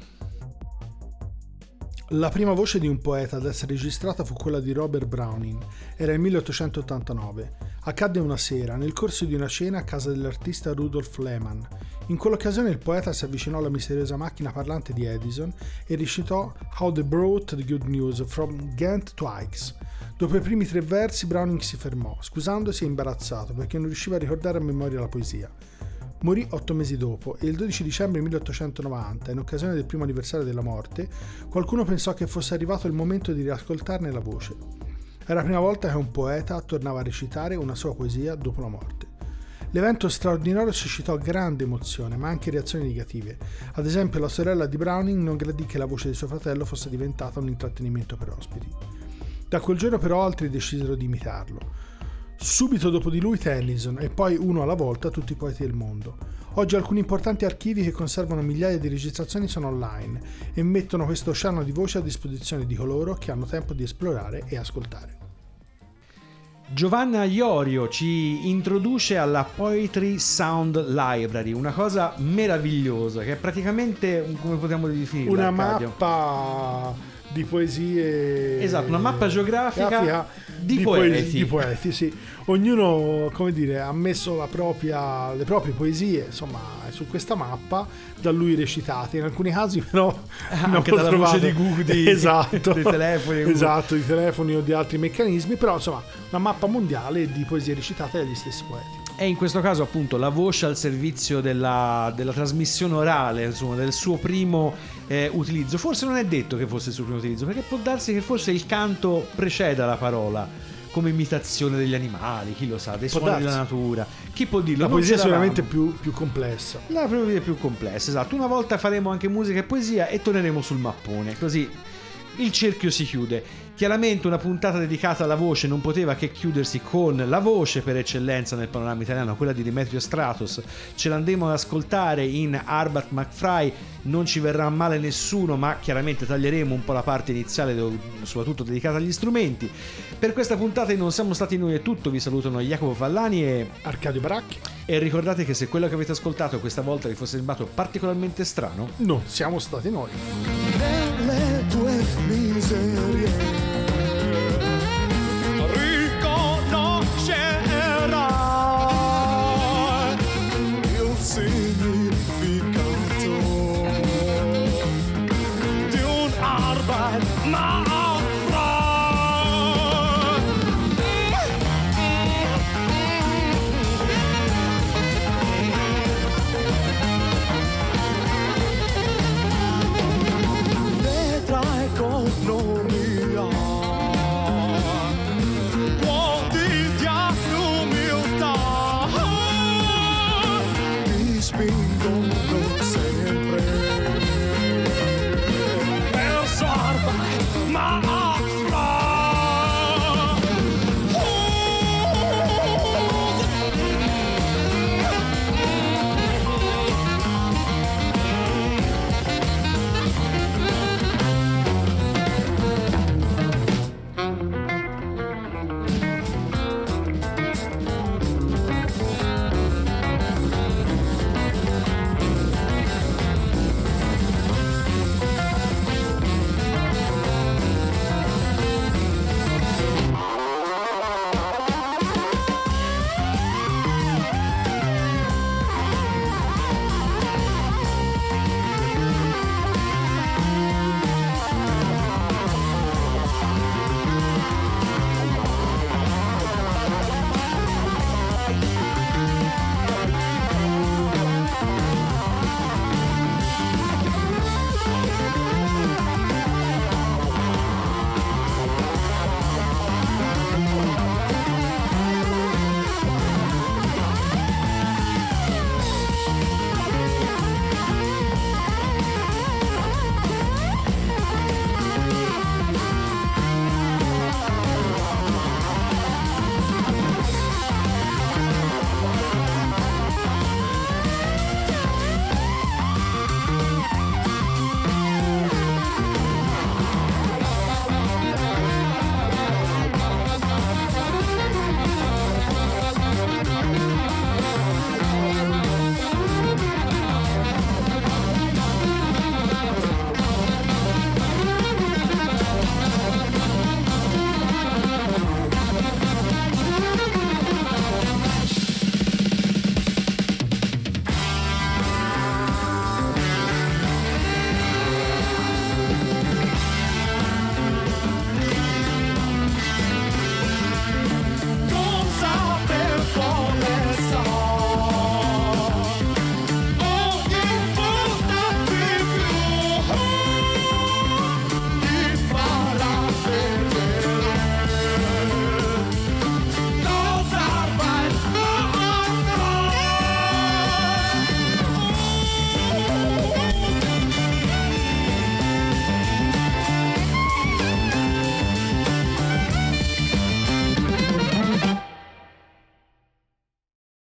La prima voce di un poeta ad essere registrata fu quella di Robert Browning. Era il milleottocentottantanove. Accadde una sera, nel corso di una cena a casa dell'artista Rudolf Lehmann. In quell'occasione il poeta si avvicinò alla misteriosa macchina parlante di Edison e recitò How they brought the good news from Ghent to Aix. Dopo i primi tre versi Browning si fermò, scusandosi e imbarazzato perché non riusciva a ricordare a memoria la poesia. Morì otto mesi dopo, e il dodici dicembre milleottocentonovanta, in occasione del primo anniversario della morte, qualcuno pensò che fosse arrivato il momento di riascoltarne la voce. Era la prima volta che un poeta tornava a recitare una sua poesia dopo la morte. L'evento straordinario suscitò grande emozione, ma anche reazioni negative. Ad esempio, la sorella di Browning non gradì che la voce di suo fratello fosse diventata un intrattenimento per ospiti. Da quel giorno però altri decisero di imitarlo. Subito dopo di lui Tennyson, e poi uno alla volta tutti i poeti del mondo. Oggi alcuni importanti archivi che conservano migliaia di registrazioni sono online e mettono questo oceano di voci a disposizione di coloro che hanno tempo di esplorare e ascoltare. Giovanna Iorio ci introduce alla Poetry Sound Library, una cosa meravigliosa che è praticamente, come potremmo definirla, una Arcadio? mappa di poesie, esatto, una mappa geografica grafica di, di poeti. poeti, di poeti, sì. Ognuno, come dire, ha messo la propria, le proprie poesie, insomma, su questa mappa, da lui recitate. In alcuni casi, però, anche dalla voce di Google, di, esatto, dei telefoni, esatto, di telefoni o di altri meccanismi. Però, insomma, una mappa mondiale di poesie recitate dagli stessi poeti. E in questo caso appunto la voce al servizio della, della trasmissione orale, insomma, del suo primo eh, utilizzo. Forse non è detto che fosse il suo primo utilizzo, perché può darsi che forse il canto preceda la parola, come imitazione degli animali, chi lo sa, dei Può suoni darsi. della natura. Chi può dirlo? La Non poesia è ce l'avamo. sicuramente più, più complessa. La poesia è più complessa, esatto. Una volta faremo anche musica e poesia e torneremo sul mappone, così il cerchio si chiude. Chiaramente una puntata dedicata alla voce non poteva che chiudersi con la voce per eccellenza nel panorama italiano, quella di Demetrio Stratos. Ce l'andremo ad ascoltare in Arbat McFry, non ci verrà male nessuno, ma chiaramente taglieremo un po' la parte iniziale, soprattutto dedicata agli strumenti. Per questa puntata Non siamo stati noi è tutto, vi salutano Jacopo Fallani e Arcadio Baracchi. E ricordate che se quello che avete ascoltato questa volta vi fosse sembrato particolarmente strano, non siamo stati noi. Nelle tue miserie riconoscerai il significato di un Arbeit Macht. Quotidiana umiltà mi spingo